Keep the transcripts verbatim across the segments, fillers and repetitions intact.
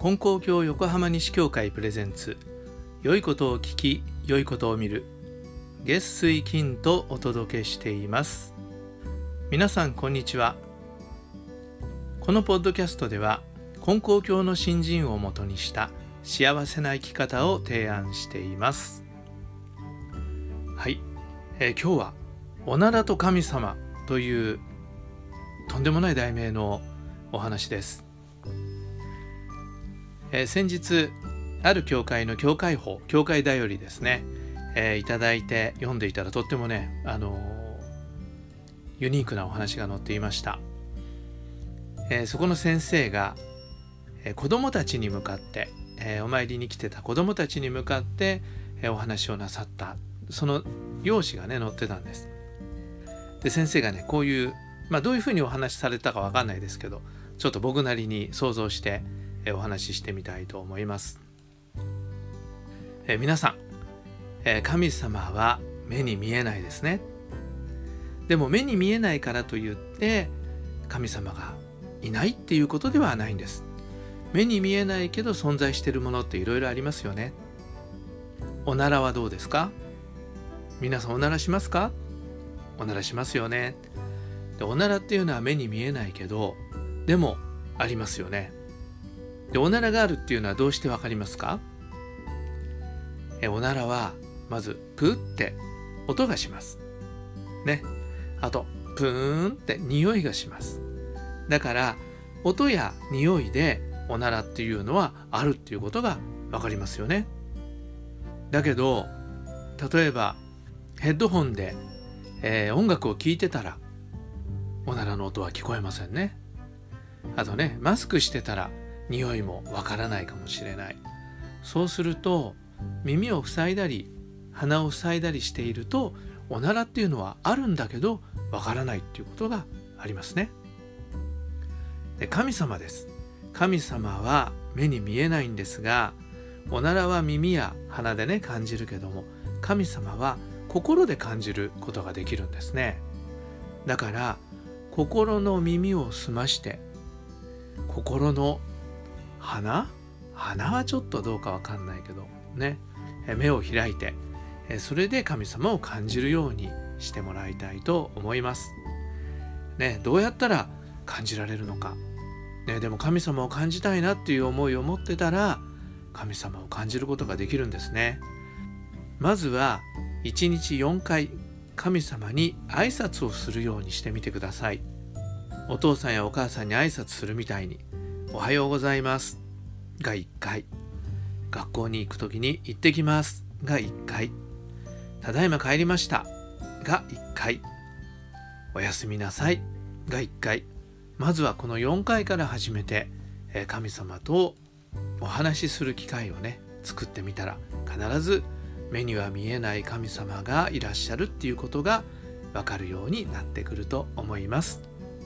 金光教横浜西教会プレゼンツ、良いことを聞き良いことを見る、月水金とお届けしています。皆さんこんにちは。このポッドキャストでは金光教の新人をもとにした幸せな生き方を提案しています。はい、えー、今日はおならと神様というとんでもない題名のお話です。えー、先日ある教会の教会法、教会だよりですね、えー、いただいて読んでいたらとってもね、あのー、ユニークなお話が載っていました。えー、そこの先生が、えー、子どもたちに向かって、えー、お参りに来てた子どもたちに向かって、えー、お話をなさった、その用紙がね載ってたんです。で先生がねこういう、まあ、どういうふうにお話しされたかわかんないですけど、ちょっと僕なりに想像してお話ししてみたいと思います。え皆さん、え神様は目に見えないですね。でも目に見えないからといって神様がいないっていうことではないんです。目に見えないけど存在しているものっていろいろありますよね。おならはどうですか？皆さんおならしますか？おならしますよね。でおならっていうのは目に見えないけどでもありますよね。でおならがあるっていうのはどうしてわかりますか？えおならはまずプーって音がしますね。あとプーンって匂いがします。だから音や匂いでおならっていうのはあるっていうことがわかりますよね。だけど例えばヘッドホンで、えー、音楽を聴いてたらおならの音は聞こえませんね。あとねマスクしてたら匂いもわからないかもしれない。そうすると耳を塞いだり鼻を塞いだりしているとおならっていうのはあるんだけどわからないっていうことがありますね。で神様です。神様は目に見えないんですが、おならは耳や鼻でね感じるけども、神様は心で感じることができるんですね。だから心の耳を澄まして心の鼻鼻はちょっとどうかわかんないけどね、目を開いてそれで神様を感じるようにしてもらいたいと思いますね。どうやったら感じられるのか、ね、でも神様を感じたいなっていう思いを持ってたら神様を感じることができるんですね。まずはいちにちよんかい神様に挨拶をするようにしてみてください。お父さんやお母さんに挨拶するみたいに、おはようございますがいっかい、学校に行くときに行ってきますがいっかい、ただいま帰りましたがいっかい、おやすみなさいがいっかい。まずはこのよんかいから始めて神様とお話しする機会をね作ってみたら、必ず目には見えない神様がいらっしゃるっていうことがわかるようになってくると思います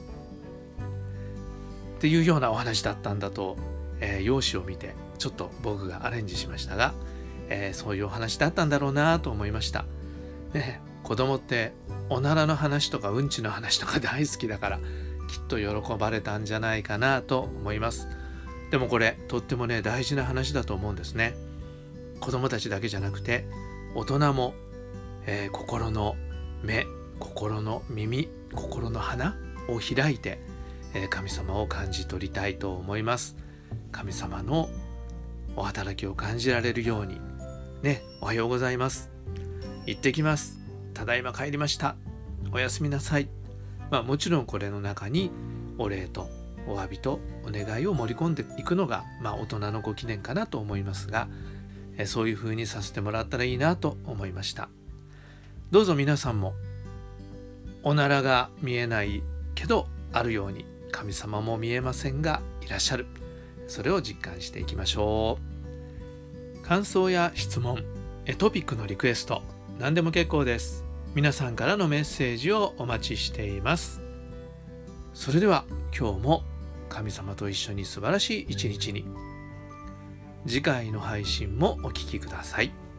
っていうようなお話だったんだと、えー、用紙を見てちょっと僕がアレンジしましたが、えー、そういうお話だったんだろうなと思いました、ね、子供っておならの話とかうんちの話とか大好きだからきっと喜ばれたんじゃないかなと思います。でもこれとってもね大事な話だと思うんですね。子供たちだけじゃなくて大人も、えー、心の目、心の耳、心の鼻を開いて、えー、神様を感じ取りたいと思います。神様のお働きを感じられるようにね、おはようございます、行ってきます、ただいま帰りました、おやすみなさい、まあもちろんこれの中にお礼とお詫びとお願いを盛り込んでいくのが、まあ、大人のご記念かなと思いますが、えそういう風にさせてもらったらいいなと思いました。どうぞ皆さんもおならが見えないけどあるように、神様も見えませんがいらっしゃる、それを実感していきましょう。感想や質問、トピックのリクエスト、何でも結構です。皆さんからのメッセージをお待ちしています。それでは今日も神様と一緒に素晴らしい一日に。次回の配信もお聞きください。